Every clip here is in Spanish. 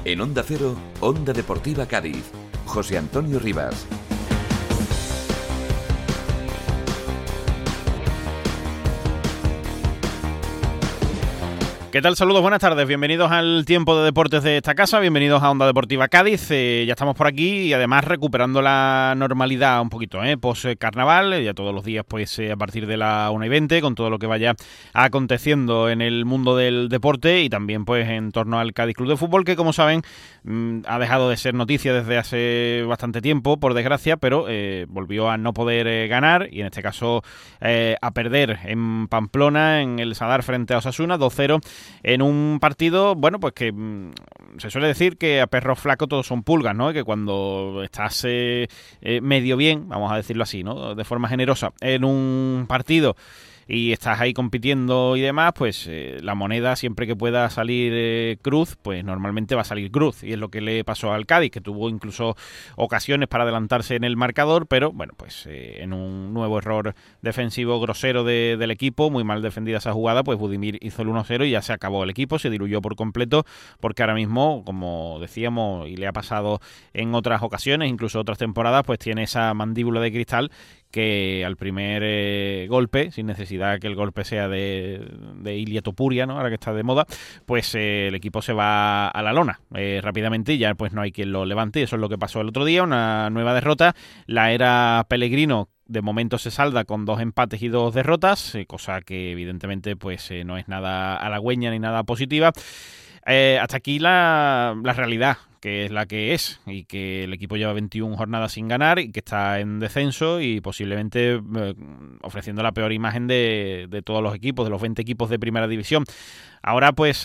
En Onda Cero, Onda Deportiva Cádiz. José Antonio Rivas. ¿Qué tal? Saludos, buenas tardes. Bienvenidos al tiempo de deportes de esta casa, bienvenidos a Onda Deportiva Cádiz. Ya estamos por aquí y además recuperando la normalidad un poquito, post-carnaval, ya todos los días pues a partir de la 1:20, con todo lo que vaya aconteciendo en el mundo del deporte y también pues en torno al Cádiz Club de Fútbol, que como saben ha dejado de ser noticia desde hace bastante tiempo, por desgracia, pero volvió a no poder ganar y en este caso a perder en Pamplona, en el Sadar frente a Osasuna, 2-0. En un partido, bueno, pues que se suele decir que a perro flaco todos son pulgas, ¿no? Que cuando estás medio bien, vamos a decirlo así, ¿no? De forma generosa, en un partido y estás ahí compitiendo y demás, pues la moneda siempre que pueda salir cruz, pues normalmente va a salir cruz. Y es lo que le pasó al Cádiz, que tuvo incluso ocasiones para adelantarse en el marcador, pero bueno, pues en un nuevo error defensivo grosero del equipo, muy mal defendida esa jugada, pues Budimir hizo el 1-0 y ya se acabó el equipo, se diluyó por completo, porque ahora mismo, como decíamos, y le ha pasado en otras ocasiones, incluso otras temporadas, pues tiene esa mandíbula de cristal que al primer golpe, sin necesidad que el golpe sea de Ilia Topuria, ¿no? Ahora que está de moda, pues el equipo se va a la lona rápidamente y ya pues no hay quien lo levante. Y eso es lo que pasó el otro día, una nueva derrota. La era Pellegrino de momento se salda con 2 empates y 2 derrotas, cosa que evidentemente pues no es nada halagüeña ni nada positiva. Hasta aquí la realidad, que es la que es, y que el equipo lleva 21 jornadas sin ganar y que está en descenso y posiblemente ofreciendo la peor imagen de todos los equipos, de los 20 equipos de primera división. Ahora pues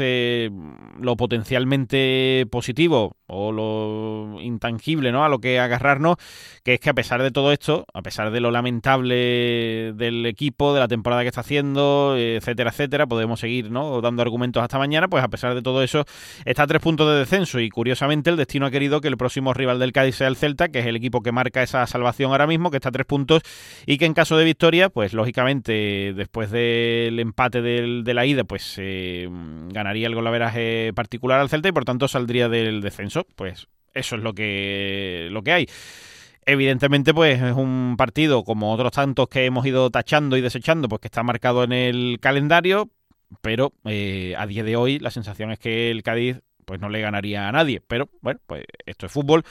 lo potencialmente positivo o lo intangible, ¿no?, a lo que agarrarnos, que es que a pesar de todo esto, a pesar de lo lamentable del equipo, de la temporada que está haciendo, etcétera, etcétera, podemos seguir, ¿no?, dando argumentos hasta mañana, pues a pesar de todo eso está a 3 puntos de descenso y curiosamente el destino ha querido que el próximo rival del Cádiz sea el Celta, que es el equipo que marca esa salvación ahora mismo, que está a 3 puntos y que en caso de victoria, pues lógicamente después del empate de la ida, pues ganaría el golaveraje particular al Celta y por tanto saldría del descenso. Pues eso es lo que hay. Evidentemente, pues es un partido, como otros tantos que hemos ido tachando y desechando, pues que está marcado en el calendario, pero a día de hoy la sensación es que el Cádiz pues no le ganaría a nadie, pero bueno, pues esto es fútbol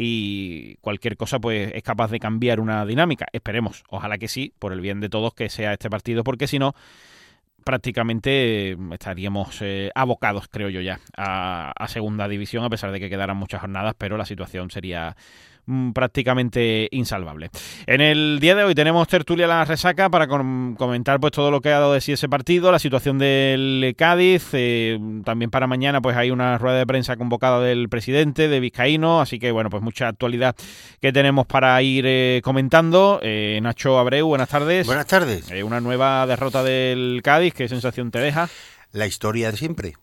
y cualquier cosa pues es capaz de cambiar una dinámica. Esperemos, ojalá que sí, por el bien de todos, que sea este partido, porque si no prácticamente estaríamos abocados, creo yo ya, a segunda división, a pesar de que quedaran muchas jornadas, pero la situación sería prácticamente insalvable. En el día de hoy tenemos tertulia La Resaca para comentar pues todo lo que ha dado de sí ese partido, la situación del Cádiz, también para mañana pues hay una rueda de prensa convocada del presidente de Vizcaíno, así que bueno, pues mucha actualidad que tenemos para ir comentando. Nacho Abreu, buenas tardes. Buenas tardes. Una nueva derrota del Cádiz, ¿qué sensación te deja? La historia de siempre.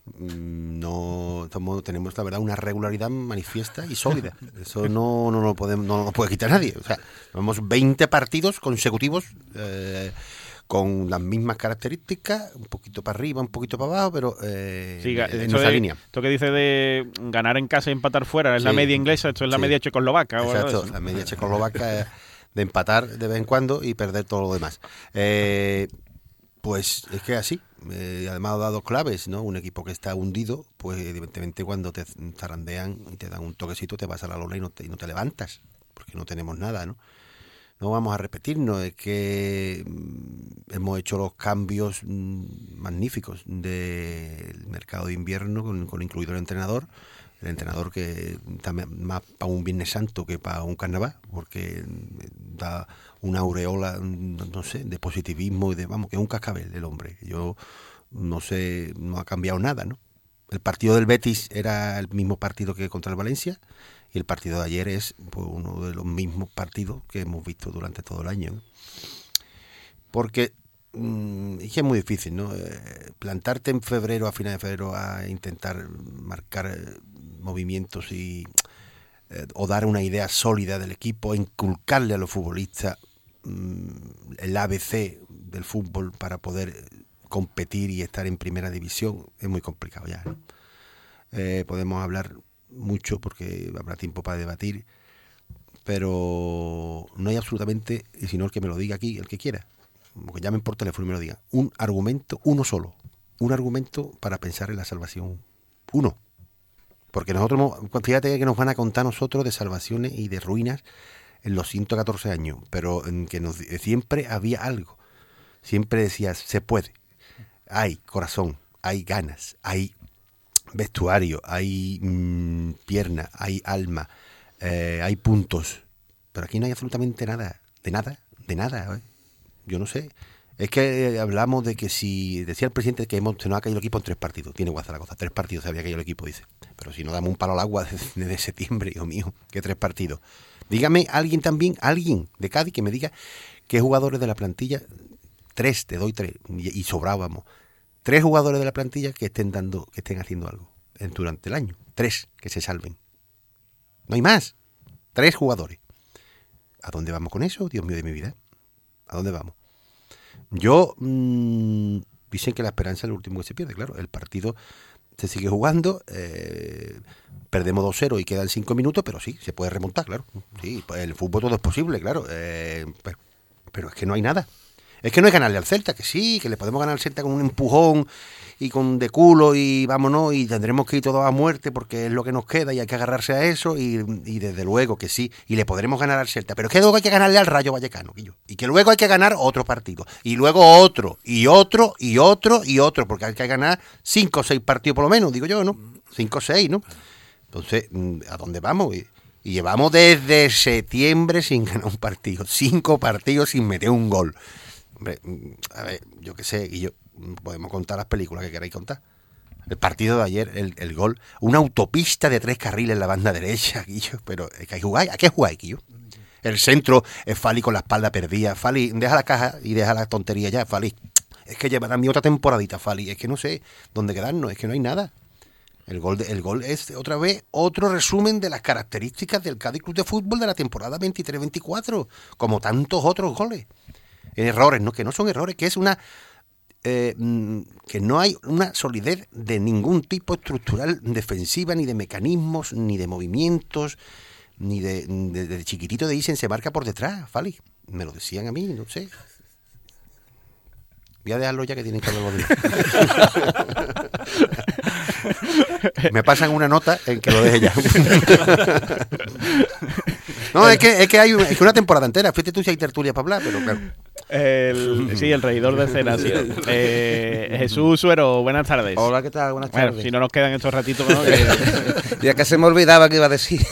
No tenemos, la verdad, una regularidad manifiesta y sólida. Eso no lo puede quitar nadie. O sea, tenemos 20 partidos consecutivos con las mismas características, un poquito para arriba, un poquito para abajo, pero sí, en nuestra línea. Esto que dice de ganar en casa y empatar fuera, es la media inglesa, esto es la media checoslovaca. Exacto, la media checoslovaca de empatar de vez en cuando y perder todo lo demás. Pues es que así, además ha dado claves, ¿no? Un equipo que está hundido, pues evidentemente cuando te zarandean y te dan un toquecito te vas a la lona y no te levantas, porque no tenemos nada, ¿no? No vamos a repetirnos, es que hemos hecho los cambios magníficos del mercado de invierno, con incluido el entrenador que está más para un Viernes Santo que para un carnaval, porque da una aureola, no sé, de positivismo y que es un cascabel el hombre. Yo no sé, no ha cambiado nada, ¿no? El partido del Betis era el mismo partido que contra el Valencia y el partido de ayer es pues, uno de los mismos partidos que hemos visto durante todo el año, ¿no? Porque es que es muy difícil, ¿no? Plantarte en febrero, a finales de febrero, a intentar marcar movimientos o dar una idea sólida del equipo, inculcarle a los futbolistas el ABC del fútbol para poder competir y estar en primera división, es muy complicado ya, ¿no? Podemos hablar mucho porque habrá tiempo para debatir, pero no hay absolutamente, y si no el que me lo diga aquí, el que quiera, o que llamen por teléfono y me lo digan, un argumento, uno solo, un argumento para pensar en la salvación. Uno. Porque nosotros, fíjate que nos van a contar nosotros de salvaciones y de ruinas en los 114 años, pero en que siempre había algo. Siempre decías, se puede. Hay corazón, hay ganas, hay vestuario, hay pierna, hay alma, hay puntos. Pero aquí no hay absolutamente nada, de nada, de nada. Yo no sé. Es que hablamos de que si, decía el presidente que se nos ha caído el equipo en 3 partidos. Tiene Zaragoza, 3 partidos se había caído el equipo, dice. Pero si no damos un palo al agua desde septiembre, hijo mío, que 3 partidos. Dígame alguien también, alguien de Cádiz que me diga qué jugadores de la plantilla, 3, te doy 3, y sobrábamos. 3 jugadores de la plantilla que estén haciendo algo durante el año. 3 que se salven. No hay más. 3 jugadores. ¿A dónde vamos con eso? Dios mío de mi vida. ¿A dónde vamos? Yo, dicen que la esperanza es lo último que se pierde, claro. El partido se sigue jugando, perdemos 2-0 y quedan 5 minutos, pero sí, se puede remontar, claro. Sí, el fútbol todo es posible, claro. Pero es que no hay nada. Es que no es ganarle al Celta, que sí, que le podemos ganar al Celta con un empujón y con de culo y vámonos y tendremos que ir todos a muerte porque es lo que nos queda y hay que agarrarse a eso y desde luego que sí, y le podremos ganar al Celta, pero es que luego hay que ganarle al Rayo Vallecano, y que luego hay que ganar otro partido, y luego otro, y otro, y otro, y otro, porque hay que ganar 5 o 6 partidos por lo menos, digo yo, ¿no? 5 o 6, ¿no? Entonces, ¿a dónde vamos? Y llevamos desde septiembre sin ganar un partido, 5 partidos sin meter un gol. Hombre, a ver, yo qué sé, y yo podemos contar las películas que queráis contar. El partido de ayer, el gol, una autopista de 3 carriles en la banda derecha, Guillo, pero es que ¿a qué jugáis, Guillo? El centro es Fali con la espalda perdida. Fali, deja la caja y deja la tontería ya, Fali. Es que llevará mi otra temporadita, Fali. Es que no sé dónde quedarnos, es que no hay nada. El gol es otra vez otro resumen de las características del Cádiz Club de Fútbol de la temporada 23-24, como tantos otros goles. Errores, ¿no? Que no son errores, que es que no hay una solidez de ningún tipo estructural defensiva, ni de mecanismos, ni de movimientos, ni de chiquitito de Isen se marca por detrás, Fali. Me lo decían a mí, no sé. Voy a dejarlo ya que tienen que hablar de me pasan una nota en que lo deje ya. No, es que hay una temporada entera. Fíjate tú si hay tertulia para hablar, pero claro. Sí, el reidor de escena. Sí. Jesús Suero, buenas tardes. Hola, ¿qué tal? Buenas tardes. Bueno, si no nos quedan estos ratitos, ¿no? Ya que se me olvidaba que iba a decir.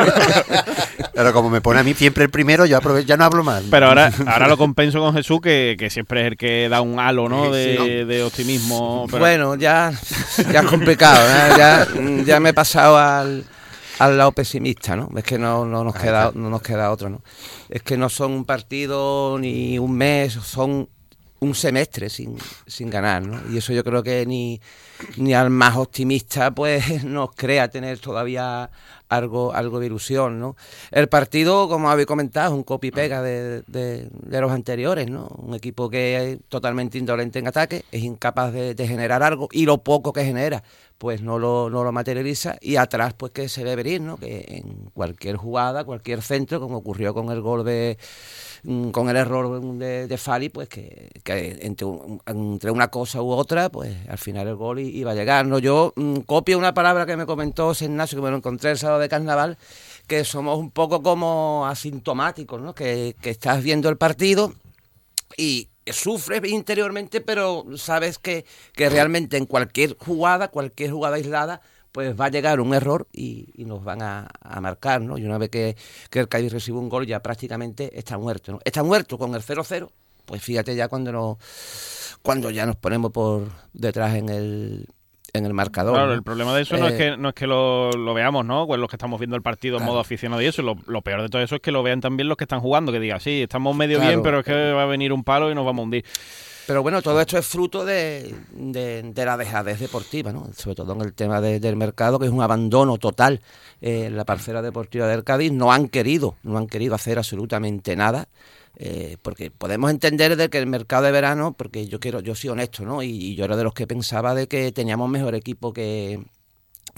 Pero como me pone a mí siempre el primero, yo aprovecho, ya no hablo más. Pero ahora lo compenso con Jesús, que siempre es el que da un halo, ¿no? De optimismo. Pero... Bueno, ya es complicado, ¿eh? Ya me he pasado al lado pesimista, ¿no? Es que no nos queda otro, ¿no? Es que no son un partido ni un mes, son un semestre sin ganar, ¿no? Y eso yo creo que ni al más optimista pues nos crea tener todavía algo de ilusión, ¿no? El partido, como habéis comentado, es un copy-pega de los anteriores, ¿no? Un equipo que es totalmente indolente en ataque, es incapaz de generar algo, y lo poco que genera pues no lo materializa, y atrás pues que se ve venir, ¿no? Que en cualquier jugada, cualquier centro, como ocurrió con el gol con el error de Fali, pues que entre una cosa u otra, pues al final el gol iba a llegar, ¿no? Yo copio una palabra que me comentó Ignacio, que me lo encontré el sábado de Carnaval, que somos un poco como asintomáticos, ¿no? Que estás viendo el partido y sufres interiormente, pero sabes que realmente en cualquier jugada aislada, pues va a llegar un error y nos van a marcar, ¿no? Y una vez que el Cádiz recibe un gol, ya prácticamente está muerto, ¿no? Está muerto con el 0-0, pues fíjate ya cuando ya nos ponemos por detrás en el marcador. Claro, ¿no? El problema de eso no es que lo veamos, ¿no? Pues los que estamos viendo el partido en modo aficionado y eso. Lo peor de todo eso es que lo vean también los que están jugando, que digan, sí, estamos medio bien, pero es que va a venir un palo y nos vamos a hundir. Pero bueno, todo esto es fruto de la dejadez deportiva, ¿no? Sobre todo en el tema del mercado, que es un abandono total. La parcela deportiva del Cádiz no han querido hacer absolutamente nada. Porque podemos entender de que el mercado de verano, porque yo soy honesto, ¿no? Y yo era de los que pensaba de que teníamos mejor equipo que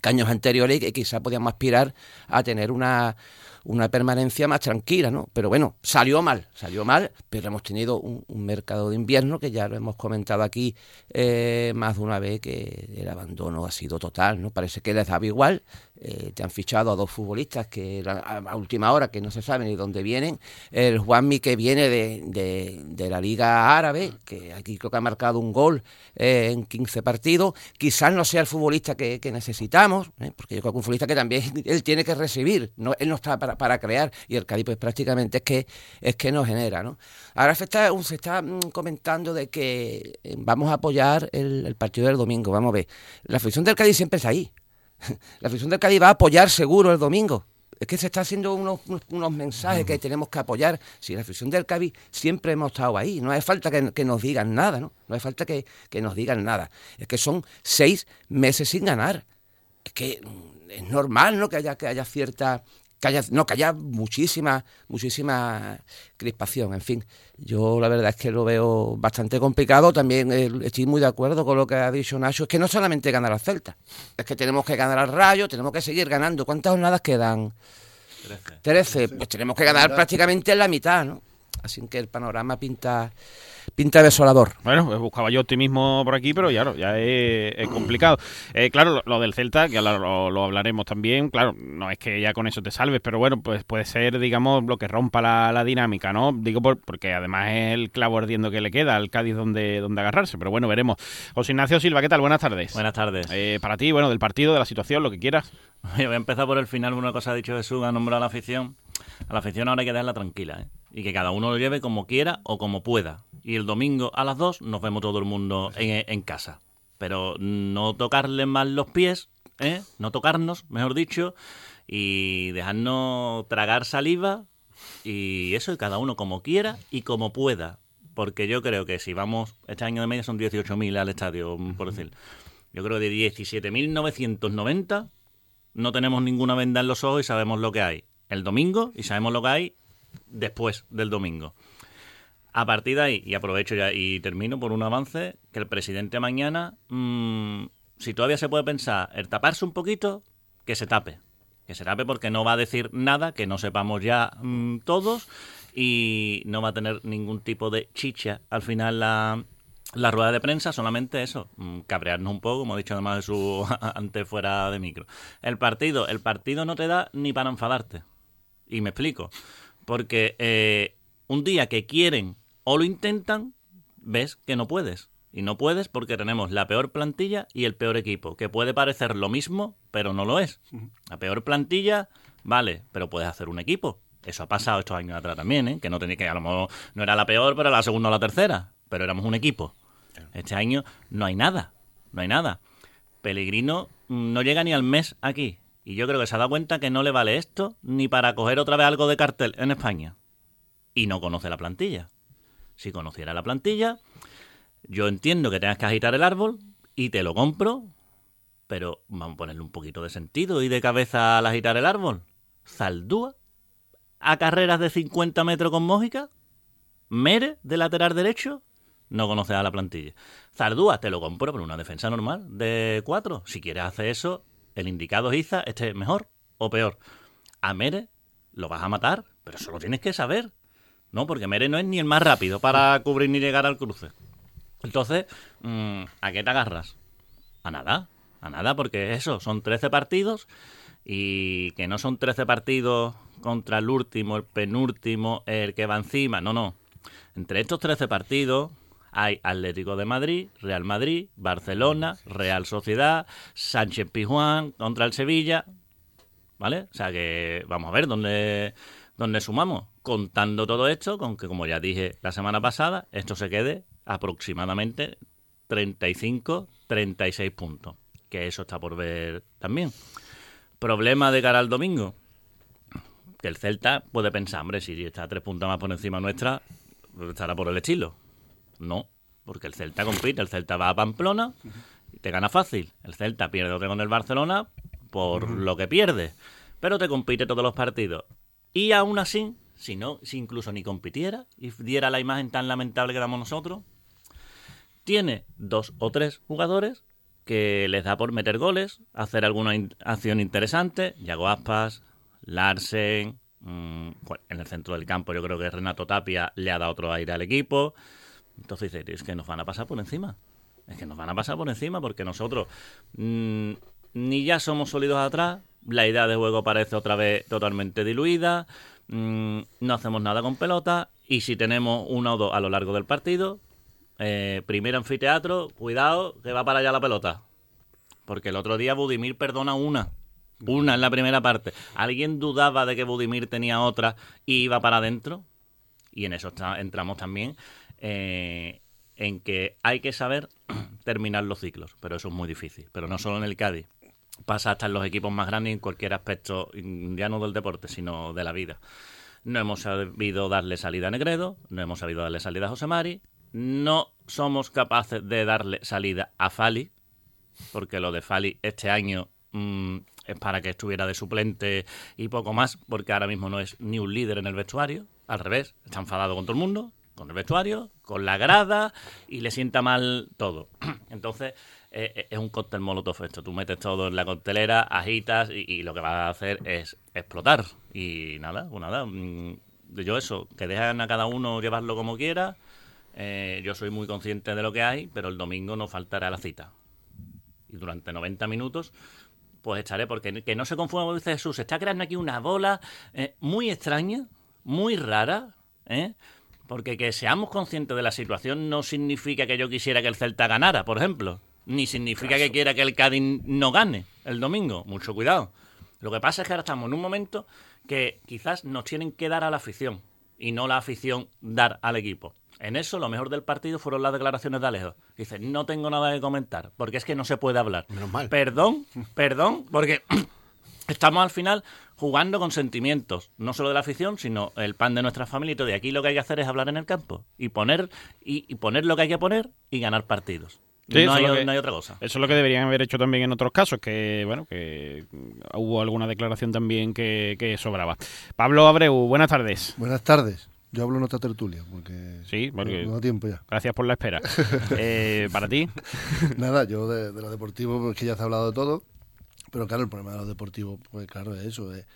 años anteriores y que quizá podíamos aspirar a tener una permanencia más tranquila, ¿no? Pero bueno, salió mal, pero hemos tenido un mercado de invierno que ya lo hemos comentado aquí más de una vez, que el abandono ha sido total, ¿no? Parece que les daba igual. Te han fichado a 2 futbolistas que a última hora, que no se sabe ni dónde vienen. El Juanmi, que viene de la Liga Árabe, que aquí creo que ha marcado un gol en 15 partidos. Quizás no sea el futbolista que necesitamos, porque yo creo que un futbolista que también él tiene que recibir, él no está para crear, y el Cádiz pues prácticamente es que no genera, ¿no? Ahora se está comentando de que vamos a apoyar el partido del domingo. Vamos a ver, la afición del Cádiz siempre está ahí. La afición del Cádiz va a apoyar seguro el domingo. Es que se está haciendo unos mensajes que tenemos que apoyar. Si la afición del Cádiz siempre hemos estado ahí, no hace falta que nos digan nada, ¿no? No hace falta que nos digan nada. Es que son 6 meses sin ganar. Es que es normal, ¿no? Que haya cierta... que haya muchísima crispación. En fin, yo la verdad es que lo veo bastante complicado. También estoy muy de acuerdo con lo que ha dicho Nacho. Es que no solamente ganar al Celta, es que tenemos que ganar al Rayo, tenemos que seguir ganando. ¿Cuántas jornadas quedan? 13. Pues tenemos que ganar prácticamente en la mitad, ¿no? Así que el panorama pinta desolador. Bueno, pues buscaba yo optimismo por aquí, pero claro, ya es complicado. Claro, lo del Celta, que ahora lo hablaremos también, claro, no es que ya con eso te salves, pero bueno, pues puede ser, digamos, lo que rompa la dinámica, ¿no? Digo porque además es el clavo ardiendo que le queda al Cádiz donde agarrarse, pero bueno, veremos. José Ignacio Silva, ¿qué tal? Buenas tardes. Buenas tardes. Para ti, bueno, del partido, de la situación, lo que quieras. Voy a empezar por el final. Una cosa ha dicho Jesús, ha nombrado a la afición. A la afición ahora hay que dejarla tranquila, ¿eh? Y que cada uno lo lleve como quiera o como pueda. Y el domingo a las 2 nos vemos todo el mundo en casa. Pero no tocarle más los pies, no tocarnos, mejor dicho, y dejarnos tragar saliva y eso, y cada uno como quiera y como pueda. Porque yo creo que si vamos, este año de media son 18.000 al estadio, por decir. Yo creo que de 17.990 no tenemos ninguna venda en los ojos y sabemos lo que hay el domingo y sabemos lo que hay después del domingo. A partir de ahí, y aprovecho ya y termino por un avance, que el presidente mañana, si todavía se puede pensar el taparse un poquito, que se tape. Que se tape porque no va a decir nada que no sepamos ya todos y no va a tener ningún tipo de chicha al final la rueda de prensa, solamente eso, cabrearnos un poco, como ha dicho además Jesús antes fuera de micro. El partido no te da ni para enfadarte. Y me explico. Porque un día que quieren o lo intentan, ves que no puedes. Y no puedes porque tenemos la peor plantilla y el peor equipo, que puede parecer lo mismo, pero no lo es. La peor plantilla, vale, pero puedes hacer un equipo. Eso ha pasado estos años atrás también, ¿eh? Que no tenía que, a lo mejor no era la peor, pero la segunda o la tercera. Pero éramos un equipo. Este año no hay nada. Pellegrino no llega ni al mes aquí. Y yo creo que se ha dado cuenta que no le vale esto ni para coger otra vez algo de cartel en España. Y no conoce la plantilla. Si conociera la plantilla, yo entiendo que tengas que agitar el árbol y te lo compro, pero vamos a ponerle un poquito de sentido y de cabeza al agitar el árbol. Zaldúa a carreras de 50 metros con Mójica. Mere de lateral derecho. No conoces a la plantilla. Zaldúa te lo compro por una defensa normal de 4. Si quieres hacer eso, el indicado es Iza, este es mejor o peor. A Mere lo vas a matar, pero eso lo tienes que saber. No, porque Mere no es ni el más rápido para cubrir ni llegar al cruce. Entonces, ¿a qué te agarras? A nada, porque eso, son 13 partidos y que no son 13 partidos contra el último, el penúltimo, el que va encima. No. Entre estos 13 partidos hay Atlético de Madrid, Real Madrid, Barcelona, Real Sociedad, Sánchez Pizjuán contra el Sevilla, ¿vale? O sea que vamos a ver dónde sumamos. Contando todo esto, con que, como ya dije la semana pasada, esto se quede aproximadamente 35, 36 puntos. Que eso está por ver también. Problema de cara al domingo. Que el Celta puede pensar, hombre, si está 3 puntos más por encima nuestra, estará por el estilo. No, porque el Celta compite. El Celta va a Pamplona y te gana fácil. El Celta pierde otra con el Barcelona por lo que pierde. Pero te compite todos los partidos. Y aún así, si incluso ni compitiera y diera la imagen tan lamentable que damos nosotros, tiene 2 o 3 jugadores que les da por meter goles, hacer alguna acción interesante. Yago Aspas, Larsen, en el centro del campo yo creo que Renato Tapia le ha dado otro aire al equipo. Entonces dice, es que nos van a pasar por encima. Es que nos van a pasar por encima porque nosotros ni ya somos sólidos atrás, la idea de juego parece otra vez totalmente diluida, no hacemos nada con pelota y si tenemos 1 o 2 a lo largo del partido, primer anfiteatro, cuidado que va para allá la pelota. Porque el otro día Budimir perdona una en la primera parte. ¿Alguien dudaba de que Budimir tenía otra y iba para adentro? Y en eso entramos también en que hay que saber terminar los ciclos, pero eso es muy difícil. Pero no solo en el Cádiz, pasa hasta en los equipos más grandes en cualquier aspecto, ya no del deporte, sino de la vida. No hemos sabido darle salida a Negredo, no hemos sabido darle salida a José Mari, no somos capaces de darle salida a Fali, porque lo de Fali este año es para que estuviera de suplente y poco más, porque ahora mismo no es ni un líder en el vestuario, al revés, está enfadado con todo el mundo, con el vestuario, con la grada y le sienta mal todo. Entonces es un cóctel molotov esto, tú metes todo en la coctelera, agitas y lo que vas a hacer es explotar. Y nada, yo eso, que dejan a cada uno llevarlo como quiera. Yo soy muy consciente de lo que hay, pero el domingo no faltará la cita. Y durante 90 minutos pues estaré, porque que no se confunda, como dice Jesús, se está creando aquí una bola muy extraña, muy rara, porque que seamos conscientes de la situación no significa que yo quisiera que el Celta ganara, por ejemplo, ni significa que quiera que el Cádiz no gane el domingo, mucho cuidado. Lo que pasa es que ahora estamos en un momento que quizás nos tienen que dar a la afición y no la afición dar al equipo. En eso, lo mejor del partido fueron las declaraciones de Alejo. Dice, no tengo nada que comentar, porque es que no se puede hablar. Menos mal. Perdón, porque estamos al final jugando con sentimientos, no solo de la afición, sino el pan de nuestra familia y todo. Y aquí lo que hay que hacer es hablar en el campo y poner lo que hay que poner y ganar partidos. Sí, no hay otra cosa. Eso es lo que deberían haber hecho también en otros casos, que hubo alguna declaración también que sobraba. Pablo Abreu, buenas tardes. Buenas tardes. Yo hablo en otra tertulia, porque sí, porque no da tiempo ya. Gracias por la espera. ¿Para ti? Nada, yo de lo deportivo, pues que ya se ha hablado de todo, pero claro, el problema de lo deportivo, pues claro, es eso. Yo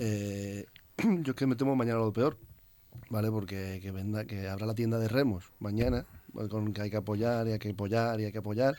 es que me temo mañana lo peor, ¿vale? Porque que abra la tienda de remos mañana, con que hay que apoyar y hay que apoyar y hay que apoyar.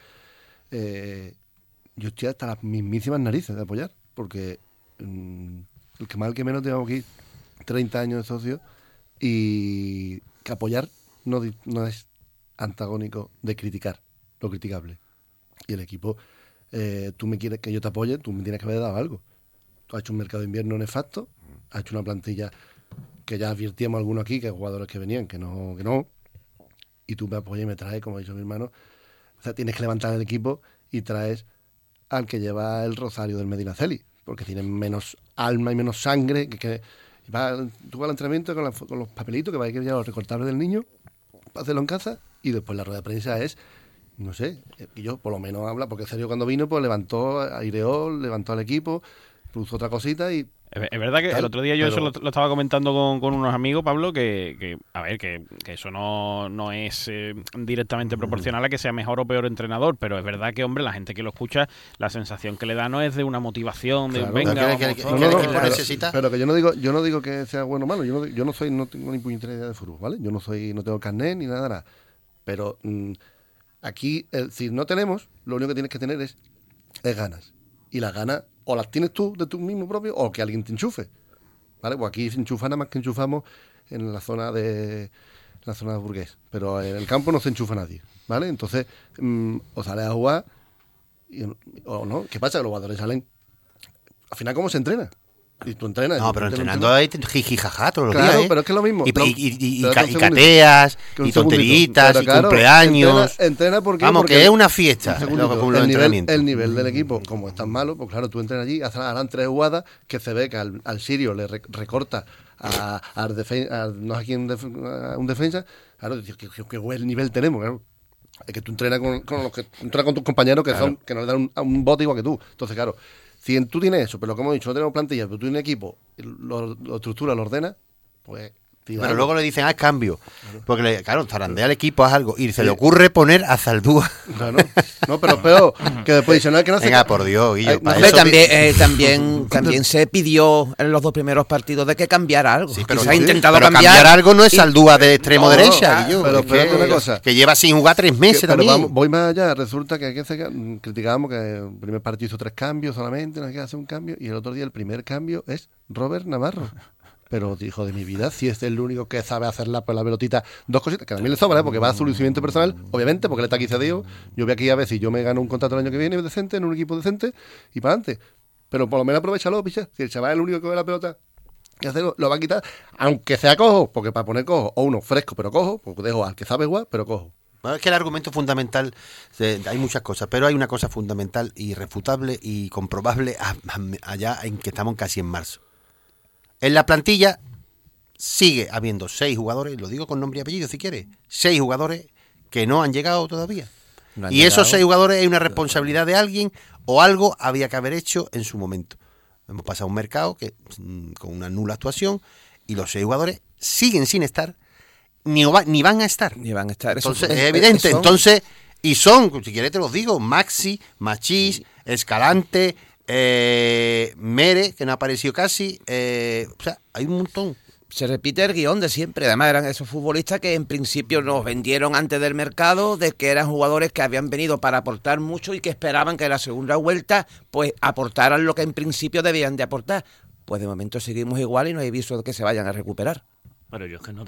Yo estoy hasta las mismísimas narices de apoyar, porque el que mal que menos tengo aquí 30 años de socio. Y que apoyar no es antagónico de criticar lo criticable. Y el equipo, tú me quieres que yo te apoye, tú me tienes que haber dado algo. Tú has hecho un mercado de invierno nefasto, has hecho una plantilla que ya advirtíamos algunos aquí, que hay jugadores que venían, que no, y tú me apoyas y me traes, como ha dicho mi hermano. O sea, tienes que levantar el equipo y traes al que lleva el rosario del Medinaceli, porque tienen menos alma y menos sangre que tú vas al entrenamiento con los papelitos que va a llevar los recortables del niño para hacerlo en casa y después la rueda de prensa es, no sé, y yo por lo menos habla, porque Sergio cuando vino pues aireó, levantó al equipo, puso otra cosita y... Es verdad que el otro día yo eso lo estaba comentando con unos amigos, Pablo, que eso no es directamente proporcional a que sea mejor o peor entrenador, pero es verdad que, hombre, la gente que lo escucha, la sensación que le da no es de una motivación, de claro, venga, pero que yo no digo que sea bueno o malo, yo no tengo ni puñetera idea de fútbol, ¿vale? Yo no tengo carnet ni nada. Pero aquí, si no tenemos, lo único que tienes que tener es ganas. Y las ganas o las tienes tú de tu mismo propio o que alguien te enchufe, ¿vale? Pues aquí se enchufa nada más que enchufamos en la zona de Burgués, pero en el campo no se enchufa nadie, ¿vale? Entonces o sales a jugar o no. ¿Qué pasa? Que los jugadores salen al final. ¿Cómo se entrena? Y tú entrenas. No, pero entrenando hay jijijaja todos los días. Claro, pero es que es lo mismo. Y cateas, y tonteritas, y cumpleaños. Entrena porque... Vamos, que es una fiesta. El nivel del equipo, como es tan malo, pues claro, tú entrenas allí, harán 3 jugadas que se ve que al sirio le recorta a un defensa. Claro, qué buen nivel tenemos, claro. Es que tú entrenas con tus compañeros que son que nos dan un bote igual que tú. Entonces, claro, si tú tienes eso, pero como he dicho, no tenemos plantilla, pero tú tienes equipo, lo estructura, lo ordena, pues Pero luego le dicen, haz cambio. Porque, claro, zarandea al equipo, haz algo. Y se le ocurre poner a Zaldúa. Claro. No, pero peor, que de posicional que no se... Venga, por Dios, Guillo. No, para Hombre, eso también se pidió en los 2 primeros partidos de que cambiara algo. Sí, pero se ha intentado pero cambiar algo no es y- Zaldúa de extremo No, derecha, Guillo. pero Es espérate una cosa. que lleva sin jugar 3 meses Pero también. voy más allá. Resulta que criticábamos que el primer partido hizo 3 cambios solamente, no hay que hacer un cambio. Y el otro día el primer cambio es Robert Navarro. Pero, hijo de mi vida, si es el único que sabe hacer la pelotita, 2 cositas, que a mí le sobra, porque va a su lucimiento personal, obviamente, porque él está aquí cedido. Yo voy aquí a ver si yo me gano un contrato el año que viene decente, en un equipo decente, y para adelante. Pero por lo menos aprovechalo, picha. Si el chaval es el único que ve la pelota y hacerlo, lo va a quitar, aunque sea cojo, porque para poner cojo, o uno fresco pero cojo, pues dejo al que sabe jugar, pero cojo. Bueno, es que el argumento fundamental, hay muchas cosas, pero hay una cosa fundamental, irrefutable y comprobable allá en que estamos casi en marzo. En la plantilla sigue habiendo 6 jugadores, lo digo con nombre y apellido si quieres, 6 jugadores que no han llegado todavía. No han y esos llegado. 6 jugadores es una responsabilidad de alguien o algo había que haber hecho en su momento. Hemos pasado un mercado que con una nula actuación y los 6 jugadores siguen sin estar, ni van a estar. Ni van a estar. Eso Entonces, es- es evidente. eso- Entonces, y son, si quieres te los digo, Maxi, Machís, Escalante, Mere, que no ha aparecido casi. O sea, hay un montón. Se repite el guión de siempre. Además, eran esos futbolistas que en principio nos vendieron antes del mercado, de que eran jugadores que habían venido para aportar mucho y que esperaban que en la segunda vuelta pues aportaran lo que en principio debían de aportar. Pues de momento seguimos igual y no hay visto de que se vayan a recuperar. Pero yo es que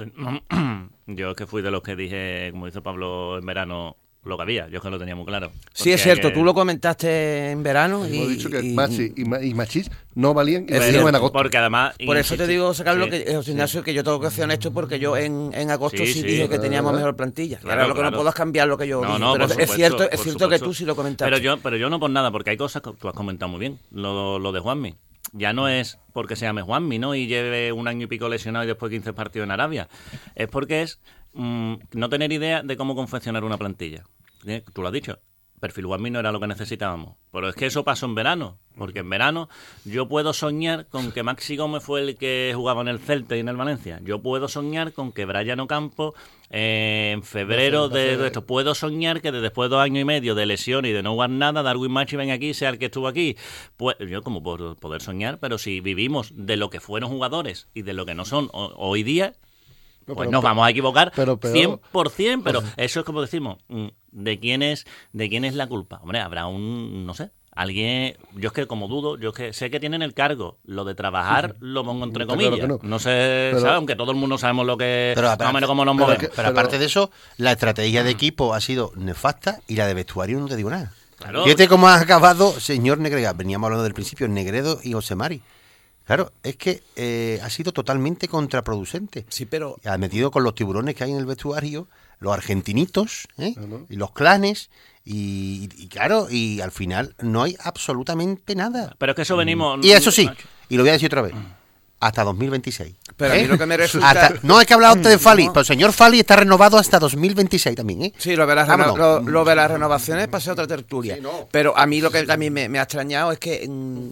yo es que fui de los que dije, como dice Pablo, en verano lo que había. Yo es que lo tenía muy claro. Sí, es Porque cierto, que- tú lo comentaste en verano Hemos y, dicho que y- Maxi y Machís no valían y Es valieron cierto, en agosto. Porque además... por eso te digo, Carlos, Sí, que José Ignacio, que yo tengo que ser honesto porque yo en agosto Sí, sí, sí, dije que claro, teníamos claro. mejor plantilla. Claro, Ahora lo que claro. no puedo es cambiar lo que yo dije, No, pero por es supuesto, cierto por que supuesto. tú sí lo comentaste. Pero yo no por nada, porque hay cosas que tú has comentado muy bien. Lo de Juanmi. Ya no es porque se llame Juanmi, ¿no? Y lleve un año y pico lesionado y después 15 partidos en Arabia. Es porque es no tener idea de cómo confeccionar una plantilla. Tú lo has dicho. Perfil Juanmi no era lo que necesitábamos. Pero es que eso pasó en verano. Porque en verano yo puedo soñar con que Maxi Gómez fue el que jugaba en el Celta y en el Valencia. Yo puedo soñar con que Brian Ocampo en febrero de esto. Puedo soñar que después de 2 años y medio de lesión y de no jugar nada, Darwin Machi venga aquí y sea el que estuvo aquí. Pues yo como puedo poder soñar, pero si vivimos de lo que fueron jugadores y de lo que no son hoy día, No, pues pero- nos vamos a equivocar pero peor. 100%, pero eso es como decimos, ¿de quién es la culpa? Hombre, habrá no sé, alguien, yo es que como dudo, yo es que sé que tienen el cargo, lo de trabajar lo pongo entre Está claro comillas, que no sé, Pero- ¿sabes? Aunque todo el mundo sabemos lo que, Pero más o menos cómo nos pero movemos. que- Pero aparte de eso, la estrategia de equipo ha sido nefasta y la de vestuario no te digo nada. Claro. Fíjate cómo ha acabado, señor Negredo. Veníamos hablando del principio, Negredo y José Mari. Claro, es que ha sido totalmente contraproducente. Sí, pero Ha metido con los tiburones que hay en el vestuario, los argentinitos, Claro. y los clanes, y claro, y al final no hay absolutamente nada. Pero es que eso venimos... Y eso sí, y lo voy a decir otra vez, hasta 2026. Pero a mí lo que me resulta- No es que he hablado antes de Fali, No. pero el señor Fali está renovado hasta 2026 también, ¿eh? sí, lo de las, Vámonos. lo de las renovaciones pasa otra tertulia. Sí, no. Pero a mí lo que también me ha extrañado es que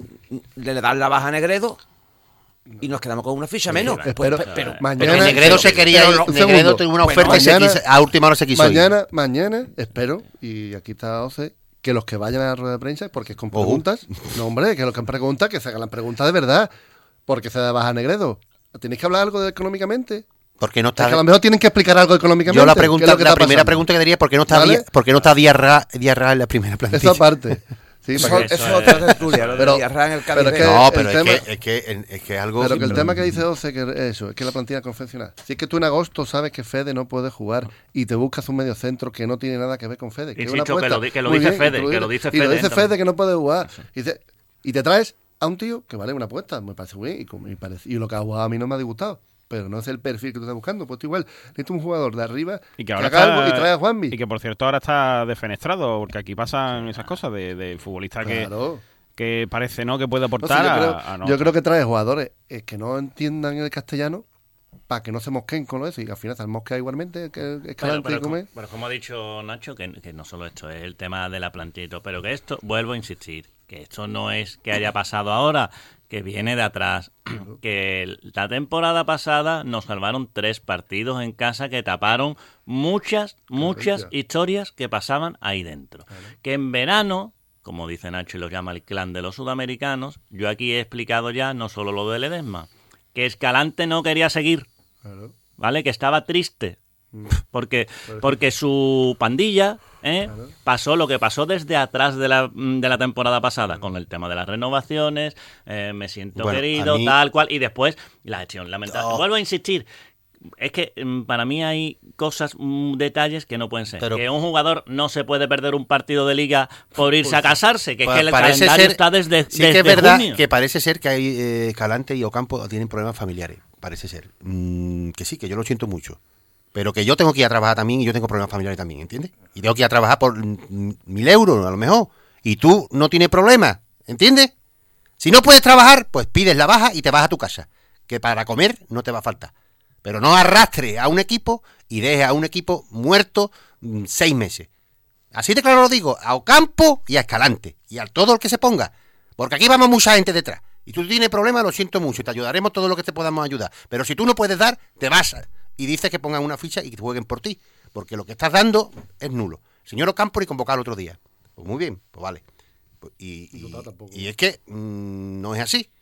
le dan la baja a Negredo y nos quedamos con una ficha menos. Pues, Pero- pero- mañana- Pero Negredo se quería pero ir, un Negredo segundo. tuvo una Bueno, oferta y mañana- a última hora se quiso ir. Mañana espero, y aquí está Oce, que los que vayan a la rueda de prensa, porque es con preguntas, no hombre, que los que han preguntas, que se hagan las preguntas de verdad, porque se da baja Negredo. ¿Tenéis que hablar algo de económicamente? Porque no Es que está... a lo mejor tienen que explicar algo económicamente. Yo la ¿qué es pregunta, lo que la está primera pasando? pregunta que diría, ¿por qué no está, ¿Vale? ¿por qué no está Diarra en la primera plantilla? Esa parte. Sí, eso, para que- eso es otra tertulia, lo de Pero- Diarra en el pero es Caribe. que- No, el pero tema- es que algo... Pero que el tema que dice Oce, que eso, es que la plantilla confeccional. Si es que tú en agosto sabes que Fede no puede jugar y te buscas un medio centro que no tiene nada que ver con Fede. Que es una Insisto, que apuesta. lo que lo Muy dice bien, Fede, tú que lo dice y lo Fede dice también. Fede que no puede jugar. Y te traes a un tío que vale una apuesta, me parece muy bien. Y lo que ha jugado a mí no me ha disgustado. Pero no es el perfil que tú estás buscando. Pues tú igual, necesitas un jugador de arriba Y que ahora haga algo está- y trae a Juanmi. Y que por cierto ahora está defenestrado, porque aquí pasan esas cosas de futbolista Claro. que parece no que puede No, sí, aportar no. yo creo que trae jugadores que no entiendan el castellano para que no se mosqueen con lo eso y que al final se han mosqueado igualmente que Escalante y Gómez. Pero como ha dicho Nacho, que no solo esto, es el tema de la plantilla y todo, pero que esto, vuelvo a insistir, que esto no es que haya pasado ahora, que viene de atrás. Que la temporada pasada nos salvaron 3 partidos en casa que taparon muchas historias que pasaban ahí dentro. Claro. Que en verano, como dice Nacho y lo llama el clan de los sudamericanos, yo aquí he explicado ya no solo lo de Ledesma, que Escalante no quería seguir, claro. ¿Vale? Que estaba triste. Porque su pandilla claro. pasó lo que pasó desde atrás de la temporada pasada, con el tema de las renovaciones, me siento querido, tal cual, y después la gestión lamentable. Vuelvo a insistir, es que para mí hay cosas, detalles que no pueden ser. Pero que un jugador no se puede perder un partido de liga por irse a casarse, que es que el calendario está desde sí que es verdad junio. Que parece ser que hay Escalante y Ocampo tienen problemas familiares, parece ser. Que sí, que yo lo siento mucho. Pero que yo tengo que ir a trabajar también y yo tengo problemas familiares también, ¿entiendes? Y tengo que ir a trabajar por 1.000 euros, a lo mejor. Y tú no tienes problemas, ¿entiendes? Si no puedes trabajar, pues pides la baja y te vas a tu casa. Que para comer no te va a faltar. Pero no arrastres a un equipo y dejes a un equipo muerto 6 meses. Así de claro lo digo, a Ocampo y a Escalante. Y a todo el que se ponga. Porque aquí vamos mucha gente detrás. Y tú tienes problemas, lo siento mucho. Te ayudaremos todo lo que te podamos ayudar. Pero si tú no puedes dar, te vas y dices que pongan una ficha y que jueguen por ti, porque lo que estás dando es nulo. Señor Ocampo, y convocar otro día. Pues muy bien, pues vale. Y es que no es así,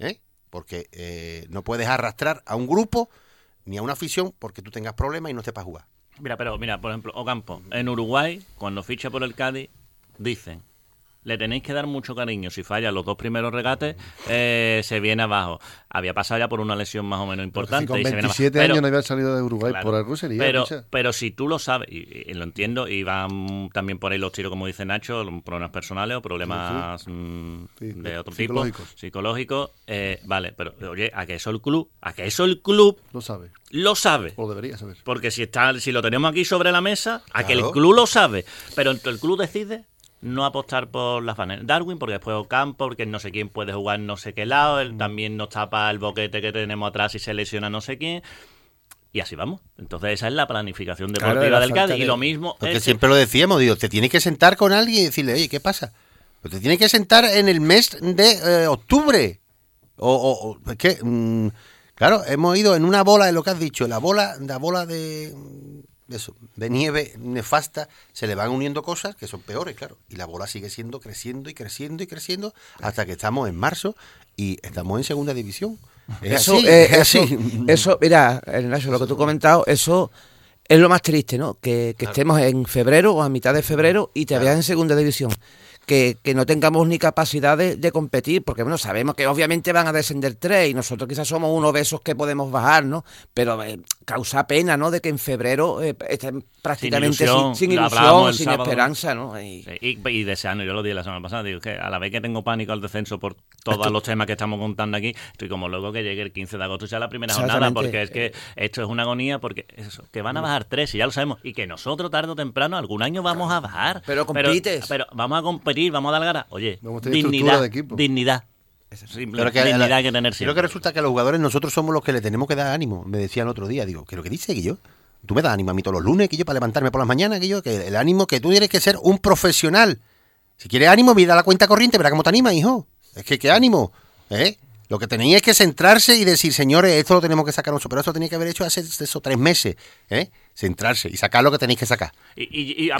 porque no puedes arrastrar a un grupo ni a una afición porque tú tengas problemas y no sepas jugar. Mira, por ejemplo, Ocampo, en Uruguay, cuando ficha por el Cádiz, dicen: le tenéis que dar mucho cariño. Si falla los 2 primeros regates, se viene abajo. Había pasado ya por una lesión más o menos importante. Si con 27 años no había salido de Uruguay, claro, por algo sería. Pero si tú lo sabes, y lo entiendo, y van también por ahí los tiros, como dice Nacho, problemas personales o problemas de otro tipo, psicológicos, vale, pero oye, ¿a que eso el club lo sabe? O debería saber. Porque si lo tenemos aquí sobre la mesa, claro, a que el club lo sabe, pero el club decide no apostar por las Van Darwin, porque después Ocampo, porque no sé quién puede jugar no sé qué lado, él también nos tapa el boquete que tenemos atrás y se lesiona no sé quién, y así vamos. Entonces esa es la planificación deportiva del Cádiz, y lo mismo porque siempre lo decíamos, digo, te tienes que sentar con alguien y decirle, oye, ¿qué pasa? Pues te tienes que sentar en el mes de octubre, es que claro, hemos ido en una bola de lo que has dicho, la bola de eso, de nieve nefasta, se le van uniendo cosas que son peores, claro, y la bola sigue siendo creciendo hasta que estamos en marzo y estamos en segunda división. Eso, mira, Ignacio, lo que tú has comentado, eso es lo más triste, ¿no? Que claro, estemos en febrero o a mitad de febrero y te veas en segunda división. Que no tengamos ni capacidad de competir, porque bueno, sabemos que obviamente van a descender 3 y nosotros quizás somos uno de esos que podemos bajar, ¿no? Pero causa pena, ¿no? De que en febrero estén prácticamente sin ilusión, sin esperanza, ¿no? Y deseando, yo lo dije la semana pasada, digo que a la vez que tengo pánico al descenso por todos los temas que estamos contando aquí, estoy como loco que llegue el 15 de agosto y sea la primera jornada, porque es que esto es una agonía, porque es eso, que van a bajar 3 y ya lo sabemos, y que nosotros tarde o temprano algún año vamos a bajar. Pero compites. Pero vamos a competir, vamos a dar gara. Oye, dignidad. Dignidad hay que tener siempre. Creo que resulta que los jugadores nosotros somos los que le tenemos que dar ánimo. Me decía el otro día, digo, ¿qué es lo que dice, Guillo? Tú me das ánimo a mí todos los lunes, Guillo, para levantarme por las mañanas, Guillo, que el ánimo, que tú tienes que ser un profesional. Si quieres ánimo, mira la cuenta corriente, verá cómo te anima, hijo. Es que qué ánimo, Lo que tenéis es que centrarse y decir, señores, esto lo tenemos que sacar nosotros. Pero eso lo tenéis que haber hecho hace esos 3 meses, Centrarse y sacar lo que tenéis que sacar. Y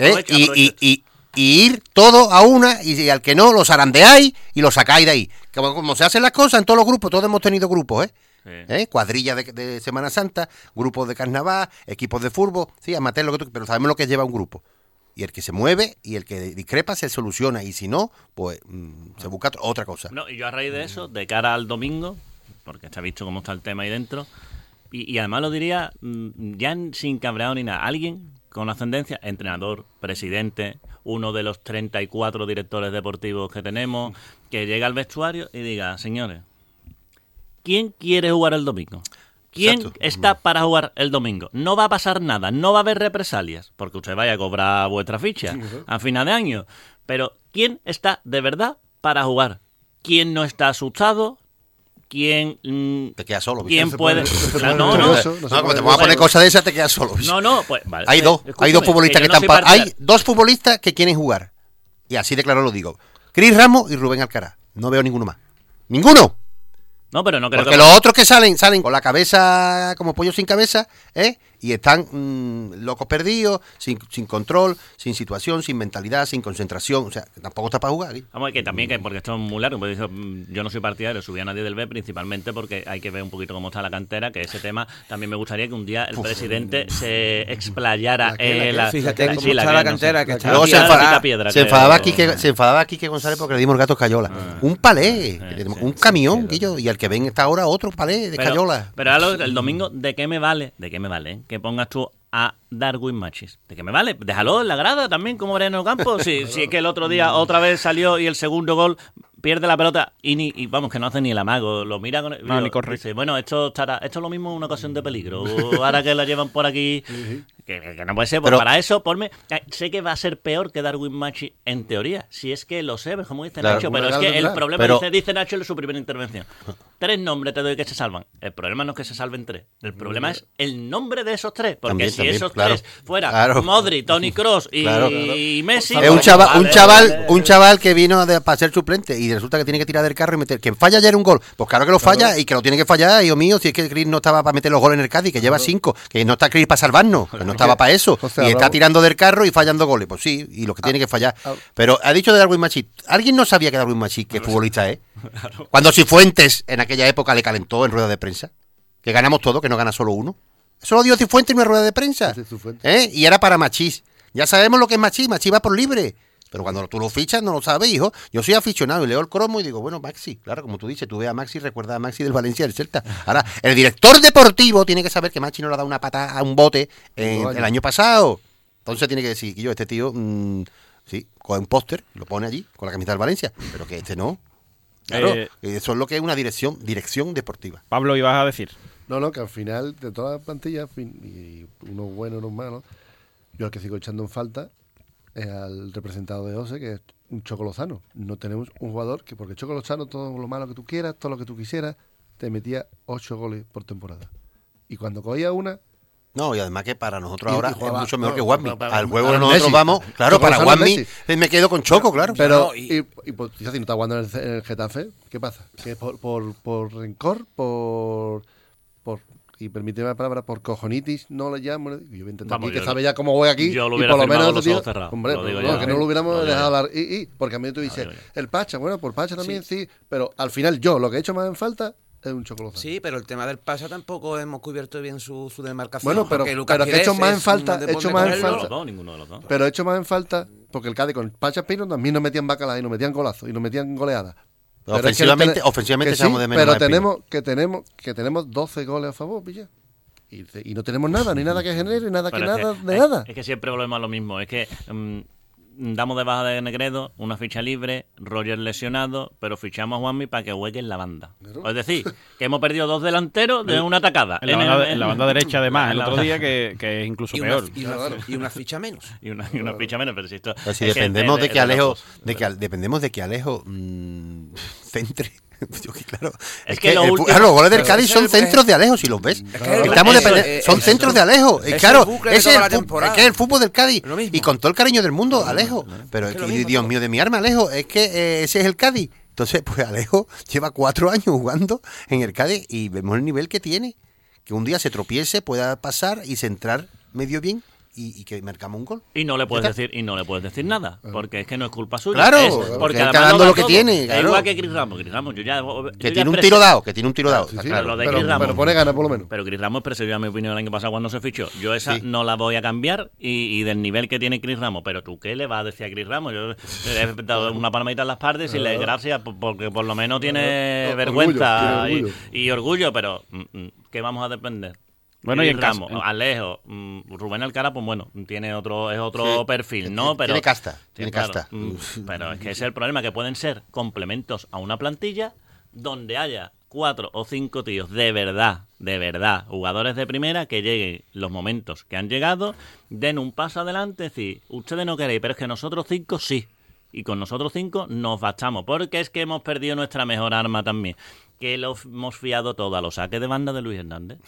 ir todo a una, y al que no, lo zarandeáis y lo sacáis de ahí. Como se hacen las cosas en todos los grupos, todos hemos tenido grupos, cuadrillas de Semana Santa, grupos de carnaval, equipos de fútbol, sí, amateur, pero sabemos lo que lleva un grupo. Y el que se mueve y el que discrepa se soluciona, y si no, pues se busca otra cosa. No, y yo a raíz de eso, de cara al domingo, porque está visto cómo está el tema ahí dentro, y además lo diría ya sin cabreado ni nada, alguien con ascendencia, entrenador, presidente, uno de los 34 directores deportivos que tenemos, que llega al vestuario y diga, señores, ¿quién quiere jugar el domingo? ¿Quién está para jugar el domingo? No va a pasar nada, no va a haber represalias, porque usted vaya a cobrar vuestra ficha a final de año. Pero ¿quién está de verdad para jugar? ¿Quién no está asustado? ¿Quién te quedas solo? ¿Quién puede? No, como te pongo a poner cosas de esas, te quedas solo. No, pues vale. Hay dos futbolistas que están hay 2 futbolistas que quieren jugar. Y así de claro lo digo. Cris Ramos y Rubén Alcaraz. No veo ninguno más. ¡Ninguno! No, pero no creo Porque los otros que salen con la cabeza como pollo sin cabeza, y están locos perdidos, sin control, sin situación, sin mentalidad, sin concentración. O sea, tampoco está para jugar aquí. Vamos, que también, porque esto es muy largo, pues yo no soy partidario de subir a nadie del B, principalmente porque hay que ver un poquito cómo está la cantera, que ese tema también me gustaría que un día el presidente se explayara en la... Fíjate cómo sí, está la cantera, que está Luego aquí se a la- enfadaba, piedra, se que- enfadaba se enfadaba Quique González porque le dimos gatos cayola. Un palé, un camión, Guillo, y al que ven esta hora otro palé de cayola. Pero ahora el domingo, ¿de qué me vale? Que pongas tú a Darwin Machis. ¿De qué me vale? Déjalo en la grada también, como Moreno Campos. Si es que el otro día otra vez salió y el segundo gol pierde la pelota y vamos, que no hace ni el amago. Lo mira con No, ni corre. dice, bueno, esto es lo mismo una ocasión de peligro. Ahora que la llevan por aquí, que no puede ser. Pues Pero- para eso, ponme. Sé que va a ser peor que Darwin Machis en teoría. Si es que lo sé, como dice Claro. Nacho. Pero es que el problema, Pero- dice Nacho en su primera intervención. 3 nombres te doy que se salvan. El problema no es que se salven 3. El problema es el nombre de esos 3. Porque También, si también, esos claro. 3 fuera Claro. Modric, Toni Kroos y Claro. Messi. Es un chaval que vino para ser suplente y resulta que tiene que tirar del carro y meter. Que falla ayer un gol. Pues claro que lo falla y que lo tiene que fallar, hijo mío. Si es que Cris no estaba para meter los goles en el Cádiz, que lleva 5. Que no está Cris para salvarnos. Que no estaba para eso. O sea, Y está vamos- tirando del carro y fallando goles. Pues sí, y lo que tiene que fallar. Pero ha dicho de Darwin Machís. ¿Alguien no sabía que Darwin Machís, que futbolista es? Cuando Cifuentes en aquella época le calentó en rueda de prensa. Que ganamos todo, que no gana solo uno. Eso lo dio Cifuentes en una rueda de prensa. Ese es Cifuentes. Y era para Machís. Ya sabemos lo que es Machís. Machís va por libre. Pero cuando tú lo fichas, no lo sabes, hijo. Yo soy aficionado y leo el cromo y digo, bueno, Maxi, claro, como tú dices, tú ves a Maxi, recuerda a Maxi del Valencia del Celta. Ahora, el director deportivo tiene que saber que Maxi no le ha dado una patada a un bote el año pasado. Entonces tiene que decir, que yo, este tío, sí, coge un póster, lo pone allí, con la camiseta del Valencia, pero que este no. Claro, eso es lo que es una dirección deportiva. Pablo, ibas a decir. No, que al final de toda la plantilla, y unos buenos, unos malos, yo al que sigo echando en falta es al representado de OSE, que es un Choco Lozano. No tenemos un jugador que, porque Choco Lozano, todo lo malo que tú quieras, todo lo que tú quisieras, te metía 8 goles por temporada. Y cuando cogía una, No, y además que para nosotros Y ahora jugaba- es mucho mejor no, que Juanmi. para- Al juego para nosotros Messi. vamos, claro, Choco para Lozano, Juanmi Messi. me quedo con Choco, claro. pero, No, y pues, quizás si no está jugando en el Getafe, ¿qué pasa? Que por rencor, y permíteme la palabra, por cojonitis, no le llamo. Yo voy a intentar Vamos, aquí, que yo sabe ya cómo voy aquí. yo lo y hubiera por lo firmado menos los tío, ojos cerrados, hombre, lo digo no, ya. que no lo hubiéramos Lo digo dejado ya. hablar. Porque a mí tú dices, digo ya. el Pacha, bueno, por Pacha también sí, pero al final yo lo que he hecho más en falta es un Choco Lozano. Sí, pero el tema del Pacha tampoco hemos cubierto bien su demarcación. Bueno, pero porque Lucas que he hecho Pires más en es falta, un he hecho deporte más en con él, falta. Los dos, ninguno de los dos. Pero he hecho más en falta porque el Cádiz con Pacha Pino también nos metían bacalao y nos metían golazos y nos metían goleadas. Pero es que Ofensivamente que sí, echamos de menos pero a Pino. tenemos 12 goles a favor, pilla. Y no tenemos nada, ni nada que genere, ni nada que Pero nada, de nada. Es que siempre volvemos a lo mismo. Es que damos de baja de Negredo, una ficha libre, Roger lesionado, pero fichamos a Juanmi para que juegue en la banda. Es decir, que hemos perdido 2 delanteros de una atacada. En la banda derecha, además, el en la otro banda- día, que es incluso y peor. y una ficha menos. Y una ficha menos, pero si esto... Pero si es que dependemos de que los Alejo, dos. dependemos de que Alejo centre. Yo que claro, Es que lo último- los goles del pero Cádiz ese son es el- centros de Alejo, si los ves. que Estamos eso- son centros de Alejo. ese es Claro, el bucle de ese es toda la el es temporada. que es el fútbol del Cádiz. Lo mismo. Y con todo el cariño del mundo, Alejo. Pero es Es lo que, mismo Dios todo. mío de mi arma, Alejo, es que ese es el Cádiz. Entonces, pues Alejo lleva 4 años jugando en el Cádiz y vemos el nivel que tiene. Que un día se tropiece, pueda pasar y centrar medio bien y que marcamos un gol. Y no le puedes Ya está. decir nada, porque es que no es culpa suya. Claro, es porque porque él está además dando da lo que todo. tiene, Es claro. igual que Chris Ramos. Chris Ramos, yo Que ya tiene un expresé- tiro dado, está Sí, sí, claro. lo de Chris Ramos. pero pone ganas por lo menos. Pero Chris Ramos expresó ya mi opinión el año pasado cuando se fichó. Yo esa Sí. no la voy a cambiar y del nivel que tiene Chris Ramos. Pero tú, ¿qué le vas a decir a Chris Ramos? Yo le he dado una palmadita en las partes y le doy gracias porque por lo menos tiene Orgullo, vergüenza tiene orgullo. y orgullo, pero ¿qué vamos a depender? Bueno, y Chris en caso- Ramos, Alejo, Rubén Alcaraz, pues bueno, es otro Sí, perfil, ¿no? Pero tiene casta, Sí, tiene claro, casta. pero es que ese es el problema, que pueden ser complementos a una plantilla donde haya 4 o 5 tíos de verdad, jugadores de primera, que lleguen los momentos que han llegado, den un paso adelante, decir, ustedes no queréis, pero es que nosotros 5 sí. Y con nosotros 5 nos bastamos, porque es que hemos perdido nuestra mejor arma también, que lo hemos fiado todo a los saques de banda de Luis Hernández.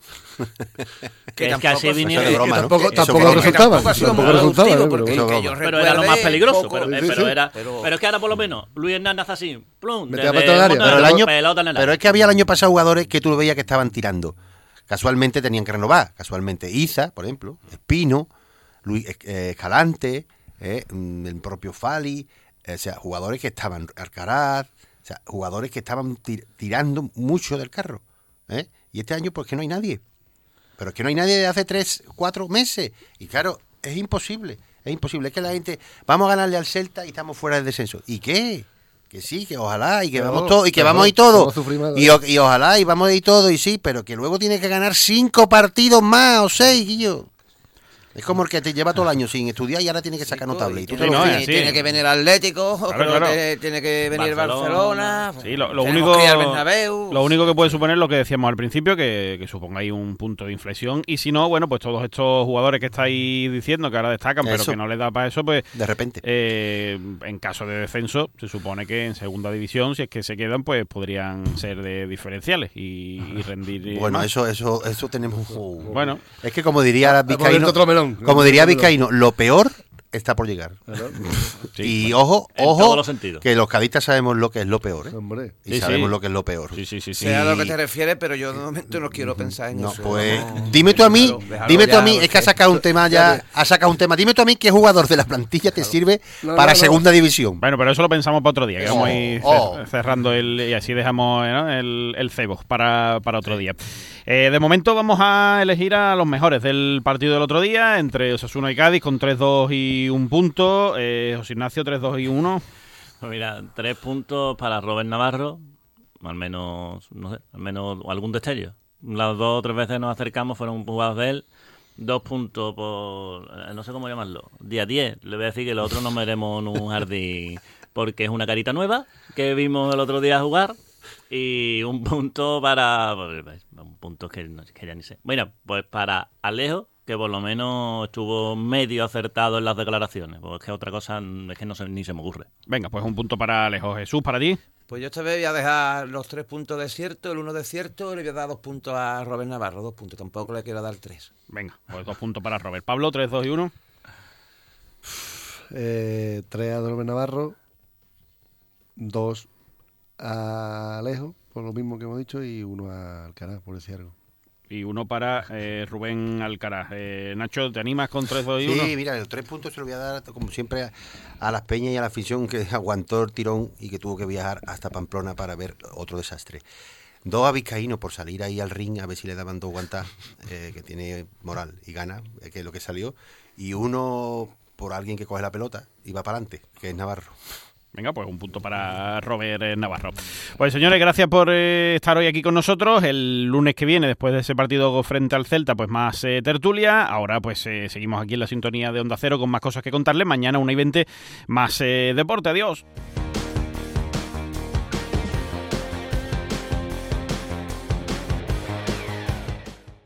Que es que así tampoco- vinieron. de broma, ¿no? Tampoco Eso resultaba. Tampoco ha sido Tampoco muy resultaba, productivo, pero porque bueno. que yo Pero era lo más recuerde peligroso. poco. sí, sí. Pero es que ahora por lo menos Luis Hernández hace así. Plum, Metía desde pato en el área. un montón Pero, de el año, pelota en el pero área. es que había el año pasado jugadores que tú lo veías que estaban tirando. Casualmente tenían que renovar. Casualmente Iza, por ejemplo, Espino, Luis Escalante, el propio Fali. O sea, jugadores que estaban, Alcaraz, o sea, jugadores que estaban tirando mucho del carro. Y este año, pues que no hay nadie. Pero es que no hay nadie de hace 3, 4 meses. Y claro, es imposible. Es imposible. Es que la gente, vamos a ganarle al Celta y estamos fuera del descenso. ¿Y qué? Que sí, que ojalá, y que Claro, vamos todos, y que claro, vamos y todo. vamos a sufrir más, Y ojalá, y vamos y todo, y sí, pero que luego tiene que ganar 5 partidos más o 6, Guillo. Es como el que te lleva todo el año sin estudiar y ahora tiene que sacar notable. Y tú te no, lo es crees. así. Tiene que venir el Atlético, Claro, creo claro. que tiene que venir Barcelona. Barcelona. Sí, lo tenemos único, que ir al Bernabéu. lo único que puede suponer lo que decíamos al principio, que suponga ahí un punto de inflexión. Y si no, bueno, pues todos estos jugadores que estáis diciendo que ahora destacan, pero Eso. que no les da para eso, pues De repente. en caso de descenso, se supone que en segunda división, si es que se quedan, pues podrían ser de diferenciales y rendir. Bueno, más. eso tenemos. Bueno, Es que como diría abierto Vizcaíno, otro melón. como diría Vizcaíno, lo peor está por llegar. Claro. sí, Y bueno. ojo, En todos ojo, los sentidos. que los cadistas sabemos lo que es lo peor, ¿eh? Hombre. Y Sí, sabemos sí. lo que es lo peor. Sí, sí, sí, sí. Sé a lo que te refieres, pero yo de momento no quiero pensar en No, eso. pues No. dime tú a mí, Déjalo ya, es que has sacado un tema ya, has sacado un tema. Dime tú a mí qué jugador de la plantilla te sirve para segunda división. Bueno, pero eso lo pensamos para otro día, que vamos a ir Oh. cerrando y así dejamos ¿no? el cebo para otro día. De momento vamos a elegir a los mejores del partido del otro día, entre Osasuna y Cádiz, con 3-2 y 1 punto. José Ignacio, 3-2 y 1. Pues mira, 3 puntos para Robert Navarro, al menos, no sé, al menos algún destello. Las 2 o 3 veces nos acercamos, fueron jugados de él. 2 puntos por, no sé cómo llamarlo, día 10. Le voy a decir que los otros nos meremos un jardín porque es una carita nueva que vimos el otro día jugar. Y 1 punto para... Un punto que ya ni sé. Bueno, pues para Alejo, que por lo menos estuvo medio acertado en las declaraciones. Porque es que otra cosa es que no se, ni se me ocurre. Venga, pues 1 punto para Alejo. Jesús, para ti. Pues yo esta vez voy a dejar los 3 puntos desiertos, el 1 desierto, y le voy a dar 2 puntos a Robert Navarro, 2 puntos. Tampoco le quiero dar 3. Venga, pues 2 puntos para Robert. Pablo, 3-2 y 1. 3 a Dolores Navarro, 2 a Alejo, por lo mismo que hemos dicho, y 1 a Alcaraz, por decir algo. Y 1 para Rubén Alcaraz. Nacho, ¿te animas con 3-2 y 1? Sí, mira, los 3 puntos se los voy a dar, como siempre, a las peñas y a la afición que aguantó el tirón y que tuvo que viajar hasta Pamplona para ver otro desastre. 2 a Vizcaíno por salir ahí al ring a ver si le daban 2 guantas, que tiene moral y gana, que es lo que salió. Y 1 por alguien que coge la pelota y va para adelante, que es Navarro. Venga, pues 1 punto para Robert Navarro. Pues señores, gracias por estar hoy aquí con nosotros. El lunes que viene, después de ese partido frente al Celta, pues más tertulia. Ahora pues seguimos aquí en la sintonía de Onda Cero con más cosas que contarles. Mañana 1:20 más deporte. Adiós.